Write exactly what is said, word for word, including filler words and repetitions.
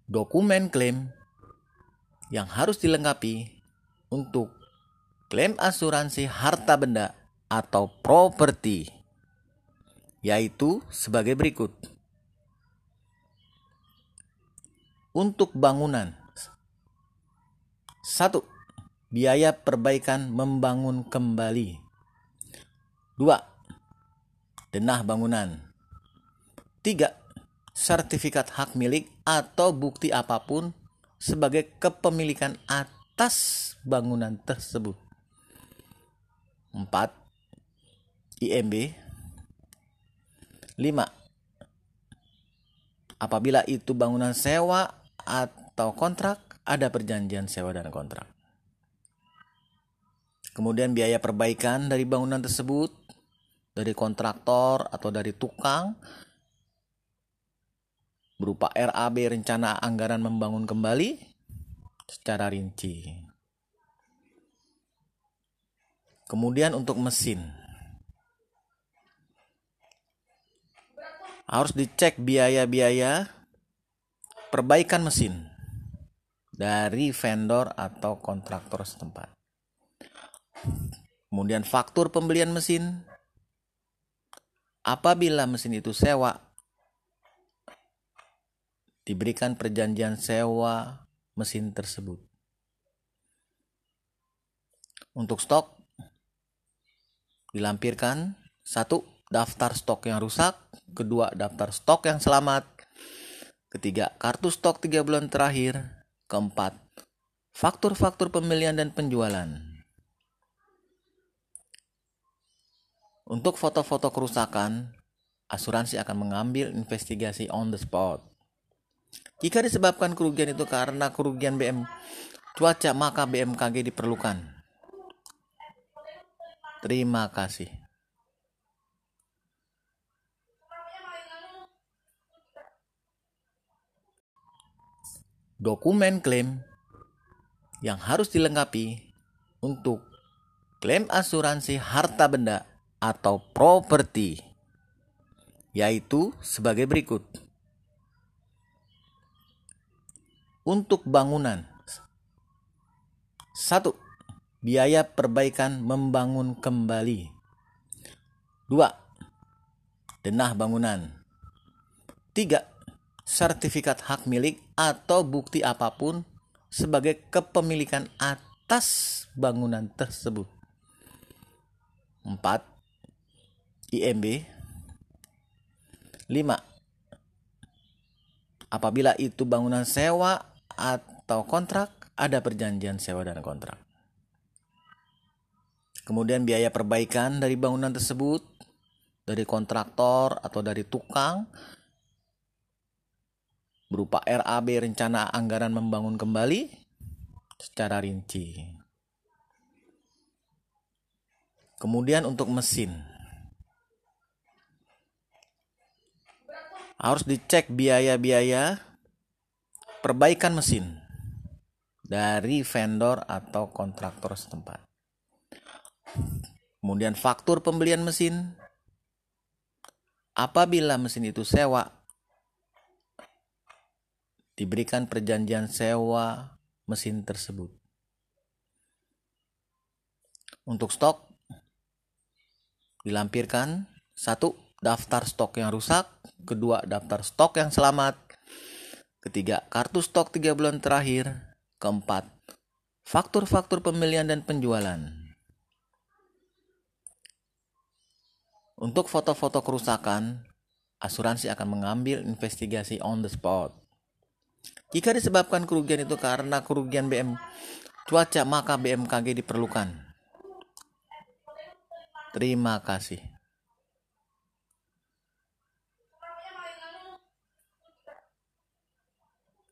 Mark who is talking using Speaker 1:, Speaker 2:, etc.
Speaker 1: Dokumen klaim yang harus dilengkapi untuk klaim asuransi harta benda atau properti, yaitu sebagai berikut. Untuk bangunan, satu. Biaya perbaikan membangun kembali. Dua. Denah bangunan. Tiga. Sertifikat hak milik atau bukti apapun sebagai kepemilikan atas bangunan tersebut. Empat. I M B. Lima. Apabila itu bangunan sewa atau kontrak, ada perjanjian sewa dan kontrak. Kemudian biaya perbaikan dari bangunan tersebut dari kontraktor atau dari tukang berupa R A B, rencana anggaran membangun kembali, secara rinci. Kemudian untuk mesin, harus dicek biaya-biaya perbaikan mesin dari vendor atau kontraktor setempat. Kemudian faktur pembelian mesin. Apabila mesin itu sewa, diberikan perjanjian sewa mesin tersebut. Untuk stok, dilampirkan satu. Daftar stok yang rusak. Kedua, daftar stok yang selamat. Ketiga, kartu stok tiga bulan terakhir. Keempat, faktur-faktur pembelian dan penjualan. Untuk foto-foto kerusakan, asuransi akan mengambil investigasi on the spot. Jika disebabkan kerugian itu karena kerugian B M cuaca, maka B M K G diperlukan. Terima kasih. Dokumen klaim yang harus dilengkapi untuk klaim asuransi harta benda atau properti, yaitu sebagai berikut. Untuk bangunan, satu. Biaya perbaikan membangun kembali. Dua. Denah bangunan. Tiga. Sertifikat hak milik atau bukti apapun sebagai kepemilikan atas bangunan tersebut. Empat. I M B. Lima. Apabila itu bangunan sewa atau kontrak, ada perjanjian sewa dan kontrak. Kemudian biaya perbaikan dari bangunan tersebut dari kontraktor atau dari tukang berupa R A B, rencana anggaran membangun kembali, secara rinci. Kemudian untuk mesin, harus dicek biaya-biaya perbaikan mesin dari vendor atau kontraktor setempat. Kemudian faktur pembelian mesin. Apabila mesin itu sewa, diberikan perjanjian sewa mesin tersebut. Untuk stok, dilampirkan satu. Daftar stok yang rusak. Kedua, daftar stok yang selamat. Ketiga, kartu stok tiga bulan terakhir. Keempat, faktur-faktur pembelian dan penjualan. Untuk foto-foto kerusakan, asuransi akan mengambil investigasi on the spot. Jika disebabkan kerugian itu karena kerugian B M cuaca, maka B M K G diperlukan. Terima kasih.